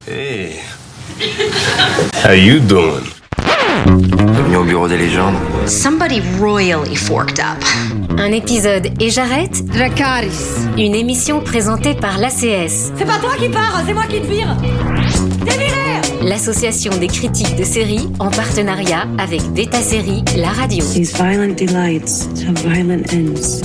Hey. How you doing? Bienvenue au bureau des légendes. Somebody royally forked up. Un épisode et j'arrête. Dracarys. Une émission présentée par l'ACS. C'est pas toi qui pars, c'est moi qui te vire. T'es viré. L'association des critiques de séries en partenariat avec Beta Série, la radio. These violent delights have violent ends.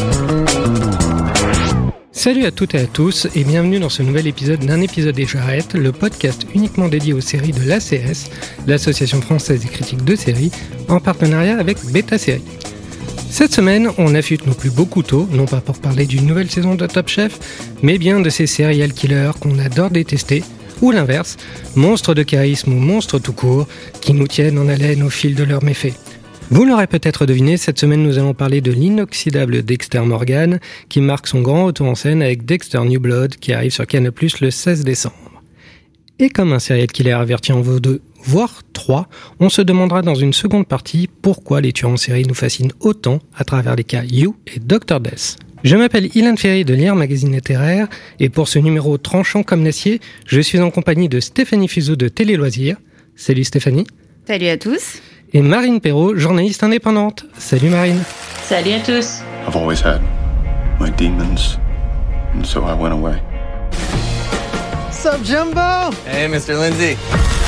Salut à toutes et à tous et bienvenue dans ce nouvel épisode d'un épisode et j'arrête, le podcast uniquement dédié aux séries de l'ACS, l'Association française des critiques de séries, en partenariat avec Beta Série. Cette semaine, on affûte nos plus beaux couteaux, non pas pour parler d'une nouvelle saison de Top Chef, mais bien de ces serial killers qu'on adore détester, ou l'inverse, monstres de charisme ou monstres tout court, qui nous tiennent en haleine au fil de leurs méfaits. Vous l'aurez peut-être deviné, cette semaine nous allons parler de l'inoxydable Dexter Morgan, qui marque son grand retour en scène avec Dexter New Blood, qui arrive sur Canal+ le 16 décembre. Et comme un serial killer averti en vaut 2, voire 3, on se demandera dans une seconde partie pourquoi les tueurs en série nous fascinent autant à travers les cas You et Dr. Death. Je m'appelle Ilan Ferry de Lire Magazine Littéraire, et pour ce numéro tranchant comme l'acier, je suis en compagnie de Stéphanie Fuseau de Télé Loisirs. Salut Stéphanie. Salut à tous. Et Marine Perrault, journaliste indépendante. Salut Marine. Salut à tous. I've always had my demons, and so I went away. Sup, Jumbo? Hey, Mr. Lindsay.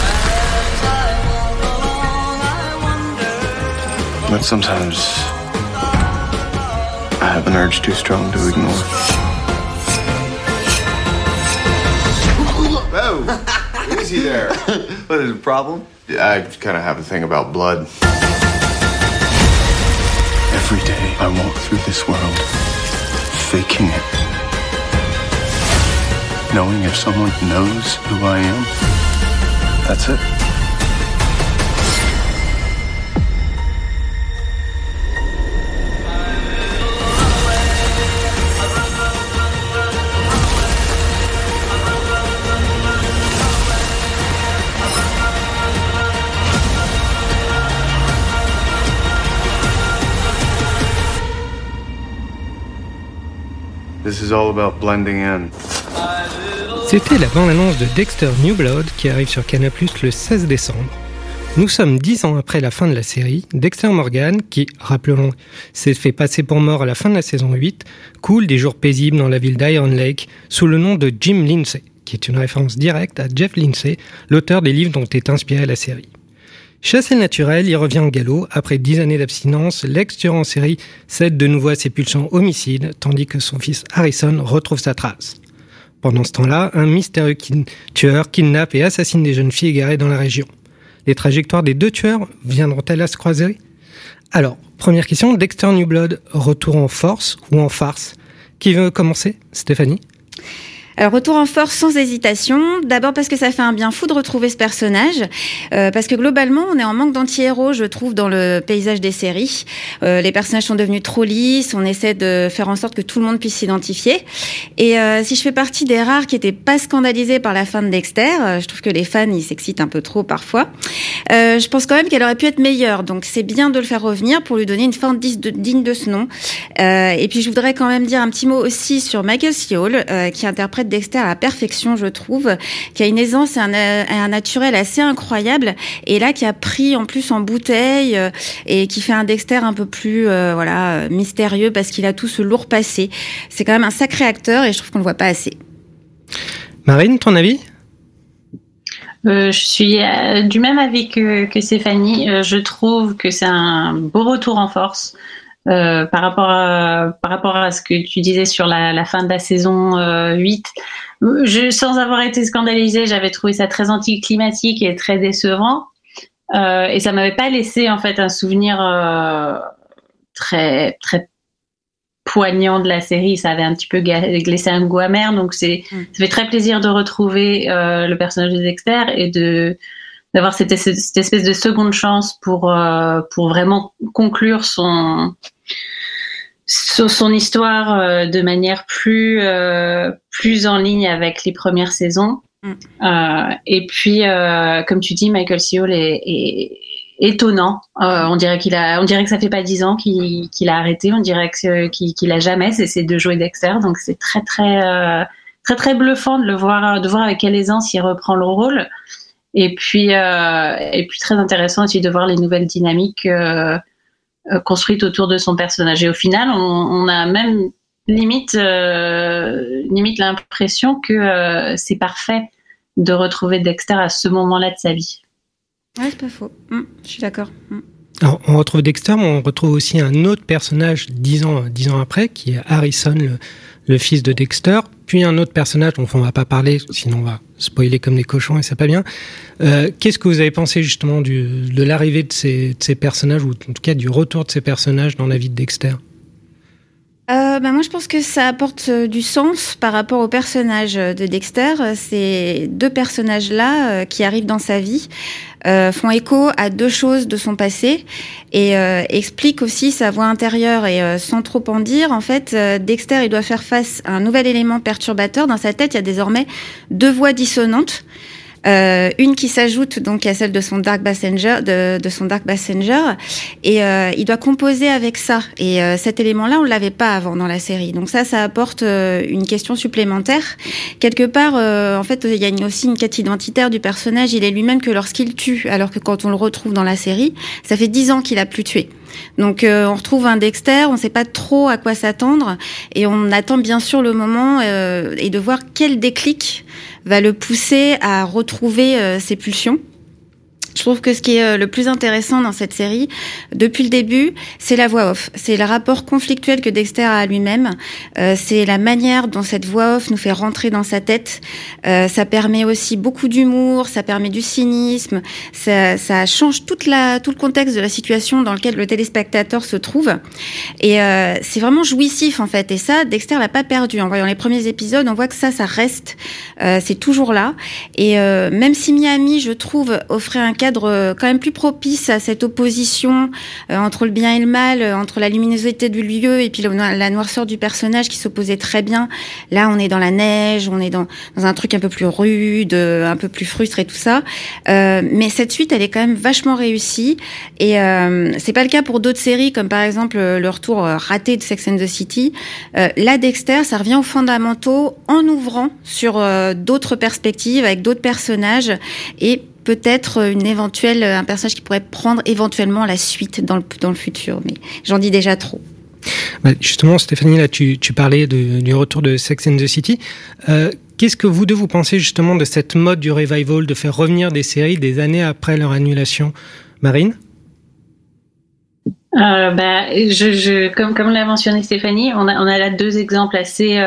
But sometimes I have an urge too strong to ignore. Whoa! Easy there. What is the problem? I kind of have a thing about blood. Every day I walk through this world, faking it. Knowing if someone knows who I am, that's it. This is all about blending in. C'était la bande-annonce de Dexter New Blood qui arrive sur Canal+ le 16 décembre. Nous sommes 10 ans après la fin de la série. Dexter Morgan, qui, rappelons, s'est fait passer pour mort à la fin de la saison 8, coule des jours paisibles dans la ville d'Iron Lake sous le nom de Jim Lindsay, qui est une référence directe à Jeff Lindsay, l'auteur des livres dont est inspirée la série. Chassé naturel, il revient au galop. Après 10 années d'abstinence, l'ex-tueur en série cède de nouveau à ses pulsions homicides, tandis que son fils Harrison retrouve sa trace. Pendant ce temps-là, un mystérieux tueur kidnappe et assassine des jeunes filles égarées dans la région. Les trajectoires des deux tueurs viendront-elles à se croiser ? Alors, première question, Dexter New Blood, retour en force ou en farce ? Qui veut commencer ? Stéphanie ? Alors, retour en force sans hésitation. D'abord parce que ça fait un bien fou de retrouver ce personnage. Parce que globalement, on est en manque d'anti-héros, je trouve, dans le paysage des séries. Les personnages sont devenus trop lisses. On essaie de faire en sorte que tout le monde puisse s'identifier. Et si je fais partie des rares qui étaient pas scandalisés par la fin de Dexter, je trouve que les fans, ils s'excitent un peu trop parfois. Je pense quand même qu'elle aurait pu être meilleure. Donc, c'est bien de le faire revenir pour lui donner une fin digne de ce nom. Et puis, je voudrais quand même dire un petit mot aussi sur Michael C. Hall, qui interprète Dexter à la perfection, je trouve, qui a une aisance et un naturel assez incroyable, et là qui a pris en plus en bouteille et qui fait un Dexter un peu plus mystérieux parce qu'il a tout ce lourd passé. C'est quand même un sacré acteur et je trouve qu'on le voit pas assez. Marine, ton avis ? Je suis du même avis que Stéphanie. Je trouve que c'est un beau retour en force. Par rapport à ce que tu disais sur la fin de la saison 8, sans avoir été scandalisée, j'avais trouvé ça très anticlimatique et très décevant, et ça m'avait pas laissé en fait un souvenir très très poignant de la série. Ça avait un petit peu laissé un goût amer, donc ça fait très plaisir de retrouver le personnage de Dexter et d'avoir cette espèce de seconde chance pour vraiment conclure son histoire de manière plus en ligne avec les premières saisons. Et puis, comme tu dis, Michael C. Hall est étonnant. On dirait que ça fait pas 10 ans qu'il a arrêté. On dirait qu'il a jamais cessé de jouer Dexter. Donc c'est très très très très bluffant de voir avec quelle aisance il reprend le rôle. Et puis très intéressant aussi de voir les nouvelles dynamiques construites autour de son personnage. Et au final, on a même limite l'impression que c'est parfait de retrouver Dexter à ce moment-là de sa vie. Ouais, c'est pas faux. Je suis d'accord. Alors, on retrouve Dexter, mais on retrouve aussi un autre personnage 10 ans après, qui est Harrison, le fils de Dexter, puis un autre personnage dont on va pas parler, sinon on va spoiler comme des cochons et c'est pas bien. Qu'est-ce que vous avez pensé justement de l'arrivée de ces personnages, ou en tout cas du retour de ces personnages dans la vie de Dexter ? Moi, je pense que ça apporte du sens par rapport au personnage de Dexter. Ces deux personnages-là qui arrivent dans sa vie font écho à deux choses de son passé et expliquent aussi sa voix intérieure. Et sans trop en dire, en fait, Dexter, il doit faire face à un nouvel élément perturbateur. Dans sa tête, il y a désormais deux voix dissonantes. Une qui s'ajoute donc à celle de son Dark Passenger, de son Dark Passenger, et il doit composer avec ça. Et cet élément-là, on l'avait pas avant dans la série. Donc ça apporte une question supplémentaire. Quelque part, en fait, il y a aussi une quête identitaire du personnage. Il est lui-même que lorsqu'il tue, alors que quand on le retrouve dans la série, ça fait 10 ans qu'il a plus tué. Donc on retrouve un Dexter, on ne sait pas trop à quoi s'attendre, et on attend bien sûr le moment et de voir quel déclic va le pousser à retrouver ses pulsions. Je trouve que ce qui est le plus intéressant dans cette série, depuis le début, c'est la voix off. C'est le rapport conflictuel que Dexter a à lui-même. C'est la manière dont cette voix off nous fait rentrer dans sa tête. Ça permet aussi beaucoup d'humour, ça permet du cynisme. Ça change tout le contexte de la situation dans lequel le téléspectateur se trouve. Et c'est vraiment jouissif, en fait. Et ça, Dexter l'a pas perdu. En voyant les premiers épisodes, on voit que ça reste. C'est toujours là. Et même si Miami, je trouve, offrait un cadre quand même plus propice à cette opposition entre le bien et le mal, entre la luminosité du lieu et puis la noirceur du personnage qui s'opposait très bien. Là, on est dans la neige, on est dans un truc un peu plus rude, un peu plus frustre et tout ça. Mais cette suite, elle est quand même vachement réussie. Et c'est pas le cas pour d'autres séries, comme par exemple le retour raté de Sex and the City. Là, Dexter, ça revient aux fondamentaux en ouvrant sur d'autres perspectives, avec d'autres personnages et peut-être un personnage qui pourrait prendre éventuellement la suite dans le futur, mais j'en dis déjà trop. Justement, Stéphanie, là, tu parlais du retour de Sex and the City. Qu'est-ce que vous deux, vous pensez justement de cette mode du revival, de faire revenir des séries des années après leur annulation ? Marine ? Comme l'a mentionné Stéphanie, on a là deux exemples assez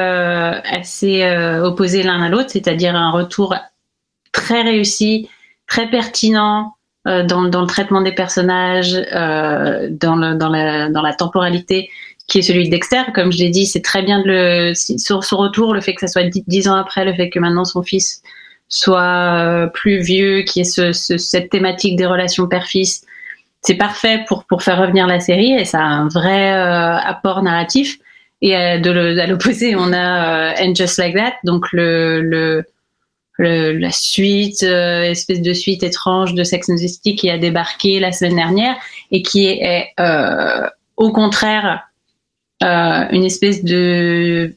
opposés l'un à l'autre, c'est-à-dire un retour très réussi, très pertinent dans le traitement des personnages, dans la temporalité qui est celui de Dexter. Comme je l'ai dit, c'est très bien sur son retour, le fait que ça soit 10 ans après, le fait que maintenant son fils soit plus vieux, qu'il y ait cette thématique des relations père-fils, c'est parfait pour faire revenir la série et ça a un vrai apport narratif. Et à l'opposé, on a And Just Like That, donc la suite, espèce de suite étrange de Sex and the City qui a débarqué la semaine dernière et qui est au contraire une espèce de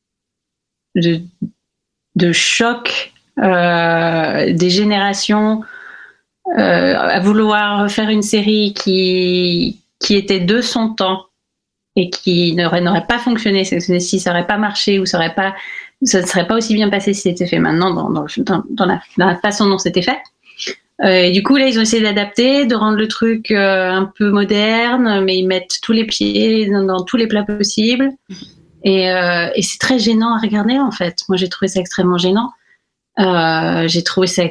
choc des générations à vouloir faire une série qui était de son temps et qui n'aurait pas fonctionné si ça n'aurait pas marché ou ça ne serait pas aussi bien passé si c'était fait maintenant dans la façon dont c'était fait. Et du coup, là, ils ont essayé d'adapter, de rendre le truc un peu moderne, mais ils mettent tous les pieds dans tous les plats possibles. Et c'est très gênant à regarder, en fait. Moi, j'ai trouvé ça extrêmement gênant. J'ai trouvé ça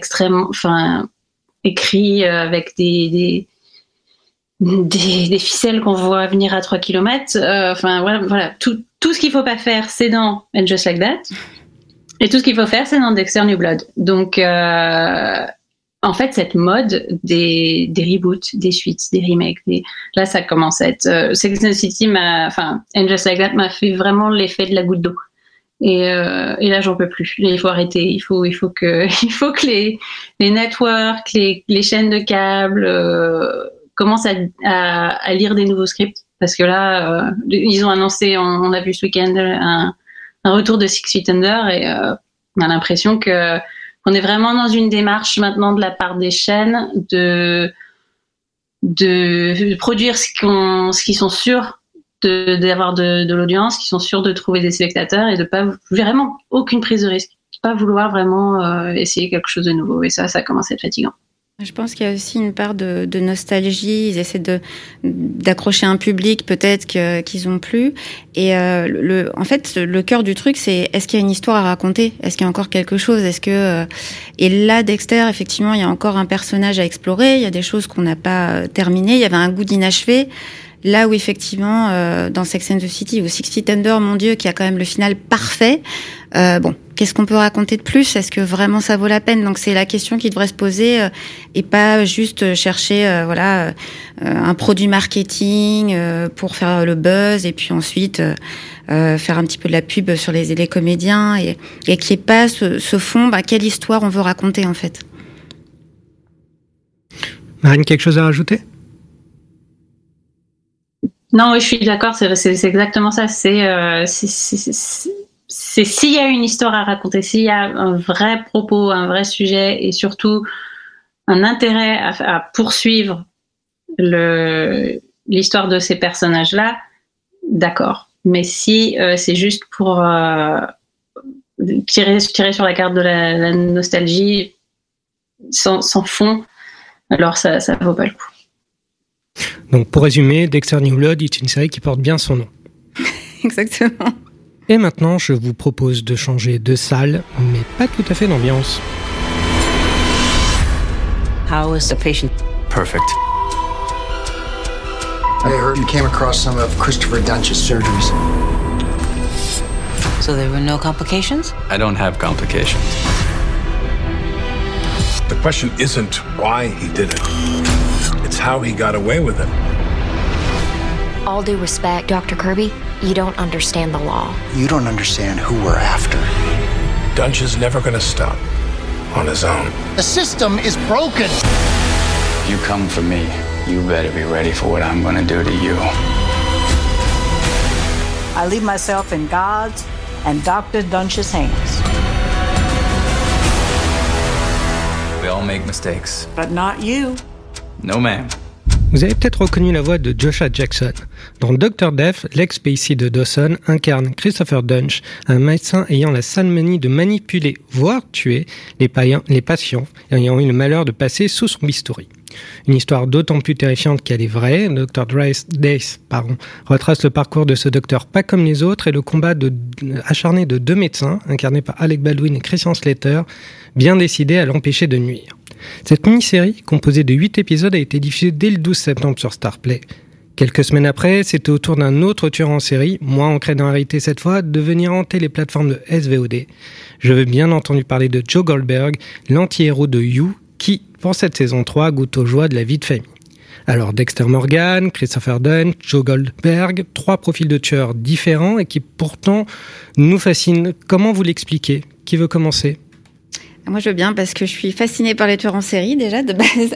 écrit avec des ficelles qu'on voit venir à 3 km. Voilà. Tout ce qu'il faut pas faire, c'est dans And Just Like That. Et tout ce qu'il faut faire, c'est dans Dexter New Blood. Donc, en fait, cette mode des reboots, des suites, des remakes, là, ça commence à être... Sex and the City And Just Like That m'a fait vraiment l'effet de la goutte d'eau. Et là, j'en peux plus. Il faut arrêter. Il faut que les networks, les chaînes de câbles commencent à lire des nouveaux scripts. Parce que là, ils ont annoncé, on a vu ce week-end, retour de Six Feet Under et on a l'impression qu'on est vraiment dans une démarche maintenant de la part des chaînes de produire ce qu'ils sont sûrs d'avoir de l'audience, qui sont sûrs de trouver des spectateurs et de pas vraiment aucune prise de risque, de pas vouloir vraiment essayer quelque chose de nouveau. Et ça commence à être fatigant. Je pense qu'il y a aussi une part de nostalgie. Ils essaient d'accrocher un public peut-être qu'ils ont plus. Et en fait, le cœur du truc, c'est est-ce qu'il y a une histoire à raconter ? Est-ce qu'il y a encore quelque chose ? Et là, Dexter, effectivement, il y a encore un personnage à explorer. Il y a des choses qu'on n'a pas terminées. Il y avait un goût d'inachevé. Là où effectivement, dans Sex and the City ou Six Feet Under, mon Dieu, qui a quand même le final parfait. Qu'est-ce qu'on peut raconter de plus ? Est-ce que vraiment ça vaut la peine ? Donc c'est la question qui devrait se poser et pas juste chercher un produit marketing pour faire le buzz et puis ensuite faire un petit peu de la pub sur les comédiens et qu'il n'y ait pas ce fond. Quelle histoire on veut raconter en fait ? Marine, quelque chose à rajouter ? Non, oui, je suis d'accord, c'est exactement ça. C'est s'il y a une histoire à raconter, s'il y a un vrai propos, un vrai sujet et surtout un intérêt à poursuivre l'histoire de ces personnages-là, d'accord. Mais si c'est juste pour tirer sur la carte de la nostalgie sans fond, alors ça vaut pas le coup. Donc pour résumer, Dexter New Blood est une série qui porte bien son nom. Exactement. Et maintenant, je vous propose de changer de salle, mais pas tout à fait d'ambiance. How is the patient? Perfect. I heard you came across some of Christopher Dunch's surgeries. So there were no complications? I don't have complications. The question isn't why he did it. It's how he got away with it. All due respect, Dr. Kirby, you don't understand the law. You don't understand who we're after. Dunch is never gonna stop on his own. The system is broken. You come for me, you better be ready for what I'm gonna do to you. I leave myself in God's and Dr. Dunch's hands. We all make mistakes. But not you. No, ma'am. Vous avez peut-être reconnu la voix de Joshua Jackson. Dans Dr. Death, Lex Spacey de Dawson incarne Christopher Dunch, un médecin ayant la sale manie de manipuler, voire tuer, les patients ayant eu le malheur de passer sous son bistouri. Une histoire d'autant plus terrifiante qu'elle est vraie. Dr. Days retrace le parcours de ce docteur pas comme les autres et le combat acharné de deux médecins, incarnés par Alec Baldwin et Christian Slater, bien décidés à l'empêcher de nuire. Cette mini-série, composée de 8 épisodes, a été diffusée dès le 12 septembre sur Starplay. Quelques semaines après, c'était au tour d'un autre tueur en série, moins ancré dans la réalité cette fois, de venir hanter les plateformes de SVOD. Je veux bien entendu parler de Joe Goldberg, l'anti-héros de You, qui, pour cette saison 3, goûte aux joies de la vie de famille. Alors Dexter Morgan, Christopher Dunn, Joe Goldberg, 3 profils de tueurs différents et qui pourtant nous fascinent. Comment vous l'expliquez ? Qui veut commencer ? Moi, je veux bien parce que je suis fascinée par les tueurs en série, déjà, de base.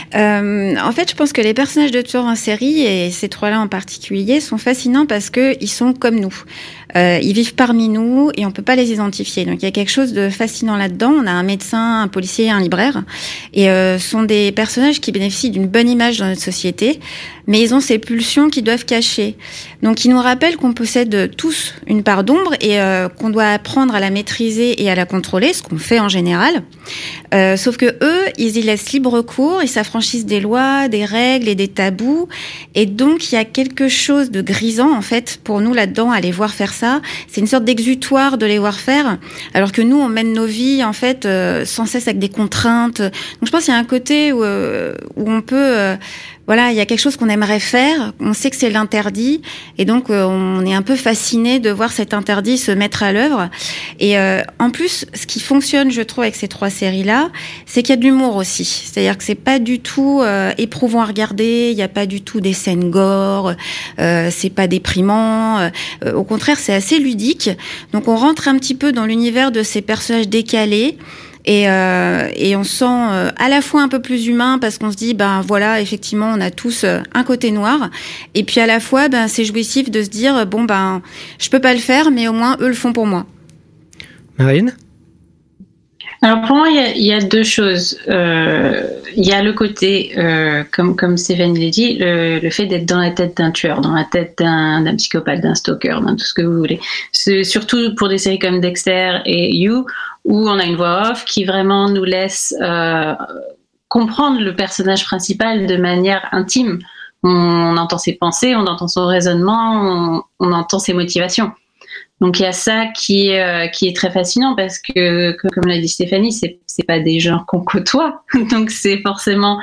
En fait, je pense que les personnages de tueurs en série, et ces 3-là en particulier, sont fascinants parce qu'ils sont comme nous. Ils vivent parmi nous et on peut pas les identifier. Donc, il y a quelque chose de fascinant là-dedans. On a un médecin, un policier, un libraire. Et sont des personnages qui bénéficient d'une bonne image dans notre société. Mais ils ont ces pulsions qu'ils doivent cacher. Donc, ils nous rappellent qu'on possède tous une part d'ombre et qu'on doit apprendre à la maîtriser et à la contrôler, ce qu'on fait en général. Sauf que eux, ils y laissent libre cours, ils s'affranchissent des lois, des règles et des tabous. Et donc, il y a quelque chose de grisant, en fait, pour nous là-dedans, à les voir faire ça. C'est une sorte d'exutoire de les voir faire, alors que nous, on mène nos vies, en fait, sans cesse avec des contraintes. Donc, je pense qu'il y a un côté où on peut... Voilà, il y a quelque chose qu'on aimerait faire, on sait que c'est l'interdit, et donc on est un peu fasciné de voir cet interdit se mettre à l'œuvre. Et en plus, ce qui fonctionne, je trouve, avec ces 3 séries-là, c'est qu'il y a de l'humour aussi. C'est-à-dire que c'est pas du tout éprouvant à regarder, il n'y a pas du tout des scènes gore, c'est pas déprimant. Au contraire, c'est assez ludique. Donc on rentre un petit peu dans l'univers de ces personnages décalés. et on se sent à la fois un peu plus humain parce qu'on se dit ben voilà, effectivement on a tous un côté noir, et puis à la fois ben c'est jouissif de se dire bon ben je peux pas le faire mais au moins eux le font pour moi. Marine? Alors pour moi, il y a deux choses. Il y a le côté, comme Stéphanie l'a dit, le fait d'être dans la tête d'un tueur, dans la tête d'un psychopathe, d'un stalker, d'un tout ce que vous voulez. C'est surtout pour des séries comme Dexter et You, où on a une voix off qui vraiment nous laisse comprendre le personnage principal de manière intime. On entend ses pensées, on entend son raisonnement, on entend ses motivations. Donc il y a ça qui est très fascinant parce que comme l'a dit Stéphanie, c'est pas des gens qu'on côtoie, donc c'est forcément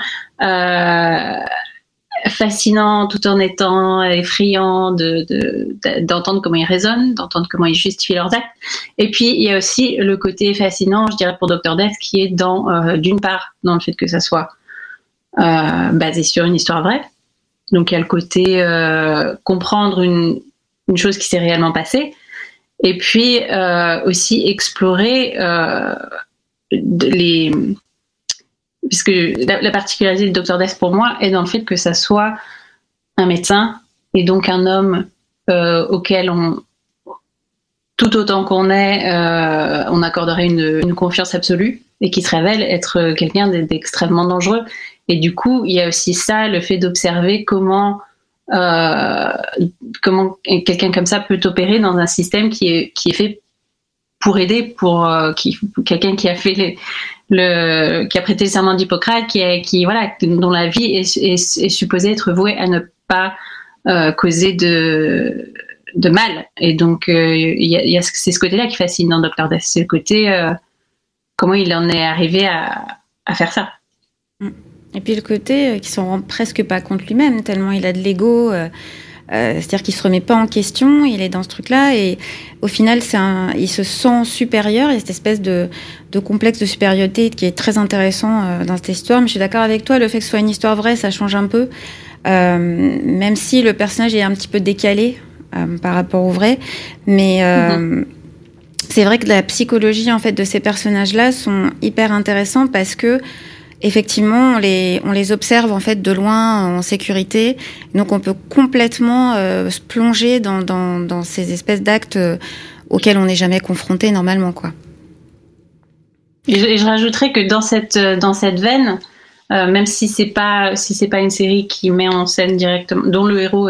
fascinant tout en étant effrayant d'entendre comment ils raisonnent, d'entendre comment ils justifient leurs actes. Et puis il y a aussi le côté fascinant, je dirais pour Dr. Death, qui est d'une part dans le fait que ça soit basé sur une histoire vraie. Donc il y a le côté comprendre une chose qui s'est réellement passée. Et puis aussi explorer puisque la particularité de Dr. Death pour moi est dans le fait que ça soit un médecin et donc un homme auquel tout autant qu'on est, on accorderait une confiance absolue et qui se révèle être quelqu'un d'extrêmement dangereux. Et du coup, il y a aussi ça, le fait d'observer comment quelqu'un comme ça peut opérer dans un système qui est fait pour aider, quelqu'un qui a fait qui a prêté le serment d'Hippocrate, dont la vie est supposée être vouée à ne pas causer de mal. Et donc c'est ce côté-là qui fascine dans Dr. Death, c'est le côté comment il en est arrivé à faire ça. Et puis le côté qui s'en rend presque pas compte lui-même, tellement il a de l'ego, c'est-à-dire qu'il se remet pas en question, il est dans ce truc-là, et au final il se sent supérieur, il y a cette espèce de complexe de supériorité qui est très intéressant dans cette histoire. Mais je suis d'accord avec toi, le fait que ce soit une histoire vraie, ça change un peu, même si le personnage est un petit peu décalé par rapport au vrai, mais c'est vrai que la psychologie en fait de ces personnages-là sont hyper intéressants parce que effectivement, on les observe en fait de loin en sécurité, donc on peut complètement se plonger dans ces espèces d'actes auxquels on n'est jamais confronté normalement, quoi. Et je rajouterais que dans cette veine, même si c'est pas une série qui met en scène directement, dont le héros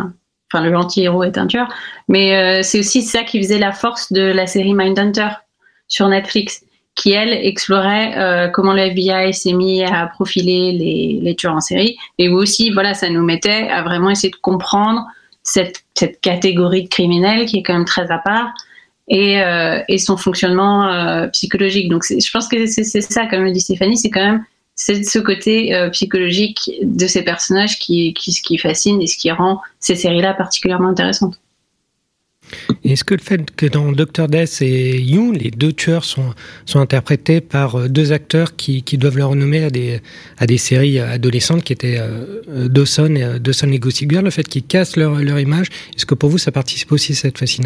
le anti-héros est un tueur, mais c'est aussi ça qui faisait la force de la série Mindhunter sur Netflix, qui, elle, explorait comment le FBI s'est mis à profiler les tueurs en série, et où aussi, ça nous mettait à vraiment essayer de comprendre cette catégorie de criminels qui est quand même très à part, et son fonctionnement psychologique. Donc, je pense que c'est ça, comme le dit Stéphanie, c'est ce côté psychologique de ces personnages qui fascine et ce qui rend ces séries-là particulièrement intéressantes. Est-ce que le fait que dans Dr. Death et You, les deux tueurs sont interprétés par deux acteurs qui doivent leur renommer à des séries adolescentes qui étaient Dawson et Gossip Girl, le fait qu'ils cassent leur image, est-ce que pour vous ça participe aussi à cette fascination ?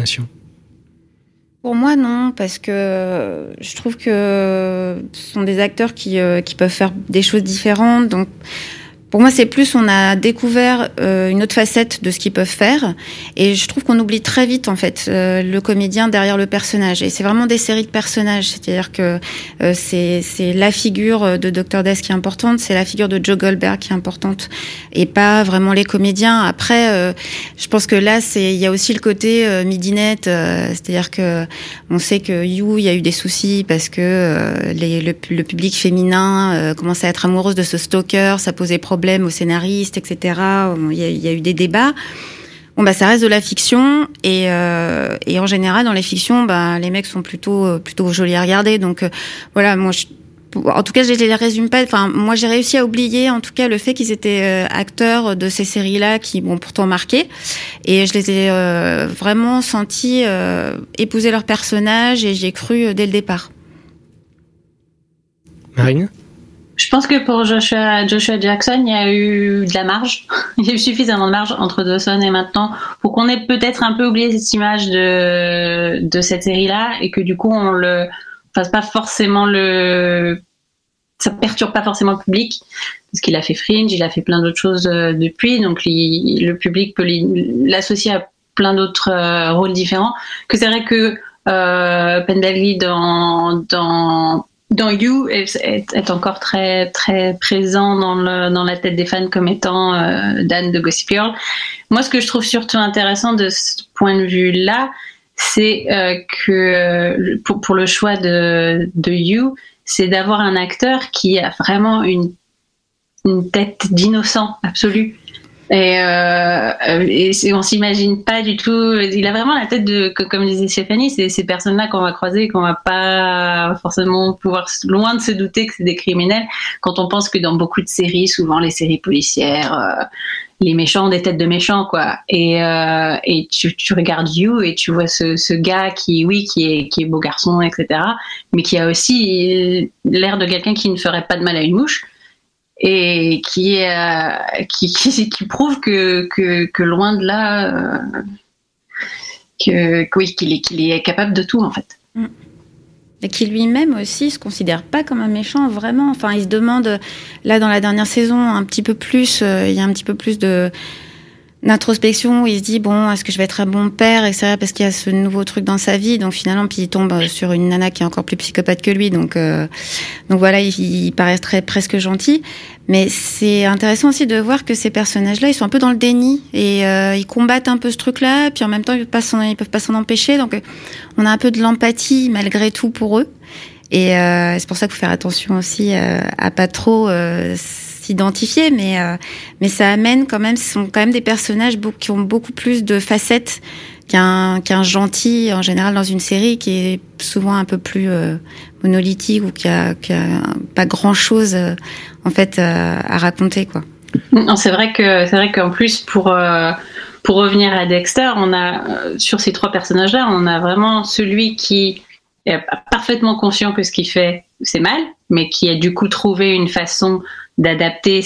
Pour moi, non, parce que je trouve que ce sont des acteurs qui peuvent faire des choses différentes, donc pour moi, c'est plus, on a découvert une autre facette de ce qu'ils peuvent faire. Et je trouve qu'on oublie très vite, en fait, le comédien derrière le personnage. Et c'est vraiment des séries de personnages. C'est-à-dire que c'est la figure de Dr. Death qui est importante, c'est la figure de Joe Goldberg qui est importante, et pas vraiment les comédiens. Après, je pense que là, il y a aussi le côté midinette. C'est-à-dire que on sait que You, il y a eu des soucis parce que le public féminin commençait à être amoureuse de ce stalker, ça posait problème aux scénaristes, etc. Il y a eu des débats. Bon, ça reste de la fiction, et en général, dans les fictions, les mecs sont plutôt jolis à regarder. Donc, voilà, moi, en tout cas, je les résume pas. Enfin, moi, j'ai réussi à oublier, en tout cas, le fait qu'ils étaient acteurs de ces séries-là qui m'ont pourtant marqué. Et je les ai vraiment sentis épouser leur personnage, et j'y ai cru dès le départ. Marine ? Je pense que pour Joshua Jackson, il y a eu de la marge. Il y a eu suffisamment de marge entre Dawson et maintenant pour qu'on ait peut-être un peu oublié cette image de cette série-là, et que du coup on fasse pas forcément ça perturbe pas forcément le public, parce qu'il a fait Fringe, il a fait plein d'autres choses depuis, donc le public peut l'associer à plein d'autres rôles différents. Que c'est vrai que Pendavi dans You est encore très très présent dans la tête des fans comme étant Dan de Gossip Girl. Moi, ce que je trouve surtout intéressant de ce point de vue-là, c'est que pour le choix de You, c'est d'avoir un acteur qui a vraiment une tête d'innocent absolu. Et on s'imagine pas du tout. Il a vraiment la tête comme disait Stéphanie, c'est ces personnes-là qu'on va croiser, qu'on va pas forcément pouvoir, loin de se douter que c'est des criminels. Quand on pense que dans beaucoup de séries, souvent les séries policières, les méchants ont des têtes de méchants, quoi. Et tu regardes You et tu vois ce gars qui est beau garçon, etc. Mais qui a aussi l'air de quelqu'un qui ne ferait pas de mal à une mouche. Et qui prouve que loin de là, qu'il est capable de tout, en fait. Et qui lui-même aussi se considère pas comme un méchant, vraiment. Enfin, il se demande, là, dans la dernière saison, un petit peu plus, il y a un petit peu plus d'introspection où il se dit, bon, est-ce que je vais être un bon père, etc., parce qu'il y a ce nouveau truc dans sa vie. Donc finalement, puis il tombe sur une nana qui est encore plus psychopathe que lui. Donc voilà, il paraîtrait presque gentil. Mais c'est intéressant aussi de voir que ces personnages-là, ils sont un peu dans le déni et ils combattent un peu ce truc-là, puis en même temps, ils peuvent pas s'en empêcher. Donc on a un peu de l'empathie malgré tout pour eux. Et c'est pour ça qu'il faut faire attention aussi à pas trop s'identifier, mais ça amène quand même, ce sont quand même des personnages qui ont beaucoup plus de facettes qu'un gentil en général dans une série qui est souvent un peu plus monolithique ou qui a pas grand chose en fait à raconter, quoi. Non, c'est vrai qu'en plus pour revenir à Dexter, on a sur ces trois personnages-là, on a vraiment celui qui est parfaitement conscient que ce qu'il fait c'est mal, mais qui a du coup trouvé une façon d'adapter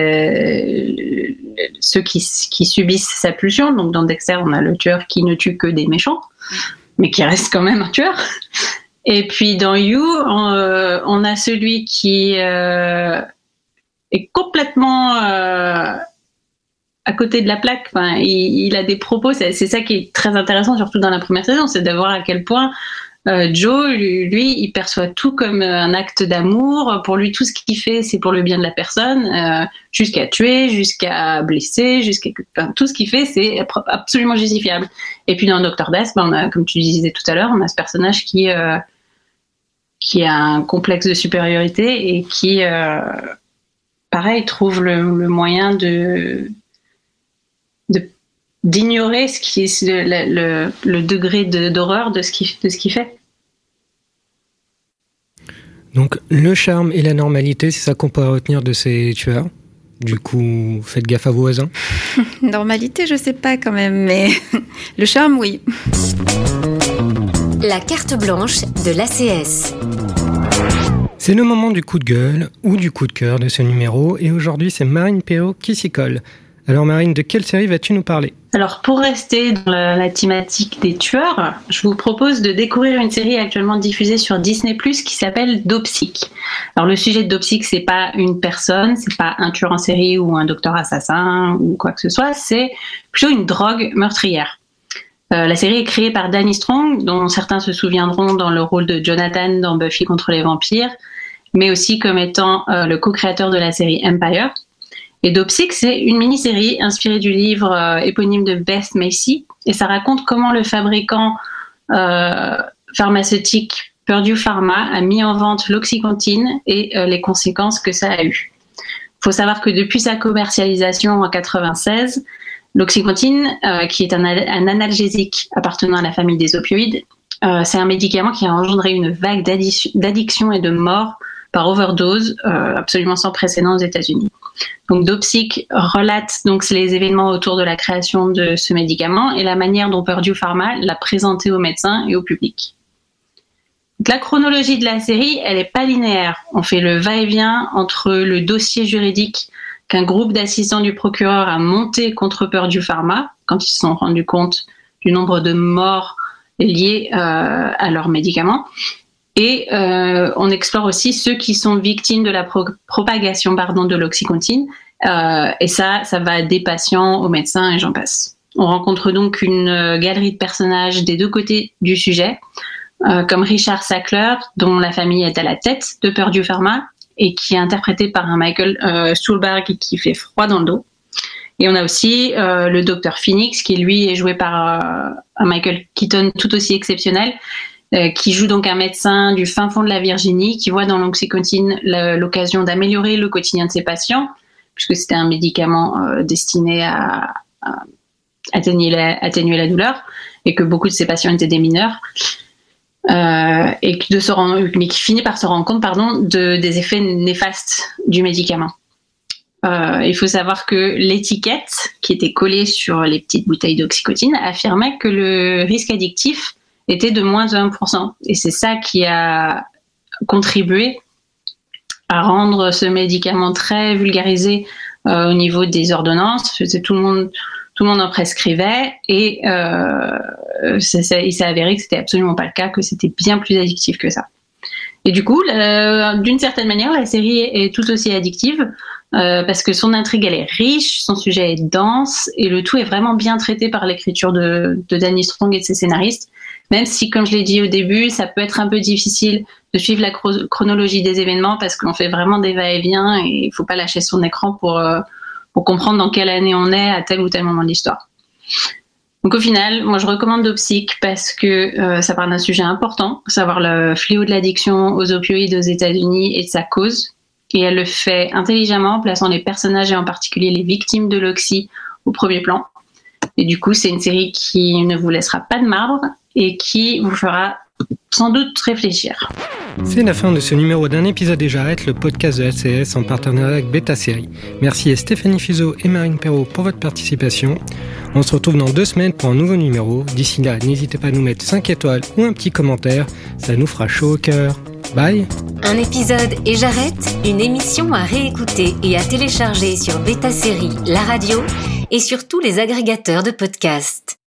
ceux qui subissent sa pulsion. Donc dans Dexter, on a le tueur qui ne tue que des méchants, mais qui reste quand même un tueur. Et puis dans You, on a celui qui est complètement à côté de la plaque. Enfin, il a des propos, c'est ça qui est très intéressant, surtout dans la première saison, c'est de voir à quel point Joe, lui, il perçoit tout comme un acte d'amour. Pour lui, tout ce qu'il fait, c'est pour le bien de la personne, jusqu'à tuer, jusqu'à blesser, tout ce qu'il fait, c'est absolument justifiable. Et puis dans Dr. Death, on a, comme tu disais tout à l'heure, on a ce personnage qui a un complexe de supériorité et qui, pareil, trouve le moyen d'ignorer ce qui est le degré d'horreur de ce qu'il fait. Donc le charme et la normalité, c'est ça qu'on peut retenir de ces tueurs. Du coup, faites gaffe à vos voisins. Normalité, je sais pas quand même, mais le charme, oui. La carte blanche de l'ACS. C'est le moment du coup de gueule ou du coup de cœur de ce numéro, et aujourd'hui c'est Marine Perrault qui s'y colle. Alors Marine, de quelle série vas-tu nous parler ? Alors pour rester dans la thématique des tueurs, je vous propose de découvrir une série actuellement diffusée sur Disney+, qui s'appelle Dopesick. Alors le sujet de Dopesick, c'est pas une personne, c'est pas un tueur en série ou un docteur assassin ou quoi que ce soit, c'est plutôt une drogue meurtrière. La série est créée par Danny Strong, dont certains se souviendront dans le rôle de Jonathan dans Buffy contre les vampires, mais aussi comme étant le co-créateur de la série Empire. Et Dopesick, c'est une mini-série inspirée du livre éponyme de Beth Macy, et ça raconte comment le fabricant pharmaceutique Purdue Pharma a mis en vente l'Oxycontin et les conséquences que ça a eues. Il faut savoir que depuis sa commercialisation en 1996, l'Oxycontin, qui est un analgésique appartenant à la famille des opioïdes, c'est un médicament qui a engendré une vague d'addiction et de mort par overdose absolument sans précédent aux États-Unis. Donc Dopesick relate donc les événements autour de la création de ce médicament et la manière dont Purdue Pharma l'a présenté aux médecins et au public. Donc, la chronologie de la série, elle n'est pas linéaire. On fait le va-et-vient entre le dossier juridique qu'un groupe d'assistants du procureur a monté contre Purdue Pharma quand ils se sont rendus compte du nombre de morts liées à leurs médicaments. Et on explore aussi ceux qui sont victimes de la propagation de l'oxycontine. Et ça va des patients aux médecins et j'en passe. On rencontre donc une galerie de personnages des deux côtés du sujet, comme Richard Sackler, dont la famille est à la tête de Purdue Pharma et qui est interprété par un Michael Stuhlbarg qui fait froid dans le dos. Et on a aussi le Dr Phoenix, qui lui est joué par un Michael Keaton tout aussi exceptionnel, qui joue donc un médecin du fin fond de la Virginie, qui voit dans l'oxycontine l'occasion d'améliorer le quotidien de ses patients, puisque c'était un médicament destiné à atténuer la douleur, et que beaucoup de ses patients étaient des mineurs, mais qui finit par se rendre compte des effets néfastes du médicament. Il faut savoir que l'étiquette qui était collée sur les petites bouteilles d'oxycodone affirmait que le risque addictif était de moins de 1%. Et c'est ça qui a contribué à rendre ce médicament très vulgarisé au niveau des ordonnances. Tout le monde en prescrivait et il s'est avéré que c'était absolument pas le cas, que c'était bien plus addictif que ça. Et du coup, d'une certaine manière, la série est tout aussi addictive parce que son intrigue, elle est riche, son sujet est dense et le tout est vraiment bien traité par l'écriture de Danny Strong et de ses scénaristes, même si, comme je l'ai dit au début, ça peut être un peu difficile de suivre la chronologie des événements parce qu'on fait vraiment des va-et-vient et il faut pas lâcher son écran pour comprendre dans quelle année on est à tel ou tel moment de l'histoire. Donc au final, moi je recommande Dopsic parce que ça parle d'un sujet important, savoir le fléau de l'addiction aux opioïdes aux États-Unis et de sa cause. Et elle le fait intelligemment, plaçant les personnages et en particulier les victimes de l'oxy au premier plan. Et du coup, c'est une série qui ne vous laissera pas de marbre et qui vous fera sans doute réfléchir. C'est la fin de ce numéro d'un épisode des Jarrettes, le podcast de LCS en partenariat avec Beta Série. Merci à Stéphanie Fuseau et Marine Perrault pour votre participation. On se retrouve dans 2 semaines pour un nouveau numéro. D'ici là, n'hésitez pas à nous mettre 5 étoiles ou un petit commentaire, ça nous fera chaud au cœur. Bye. Un épisode et Jarrette, une émission à réécouter et à télécharger sur Beta Série, la radio et sur tous les agrégateurs de podcasts.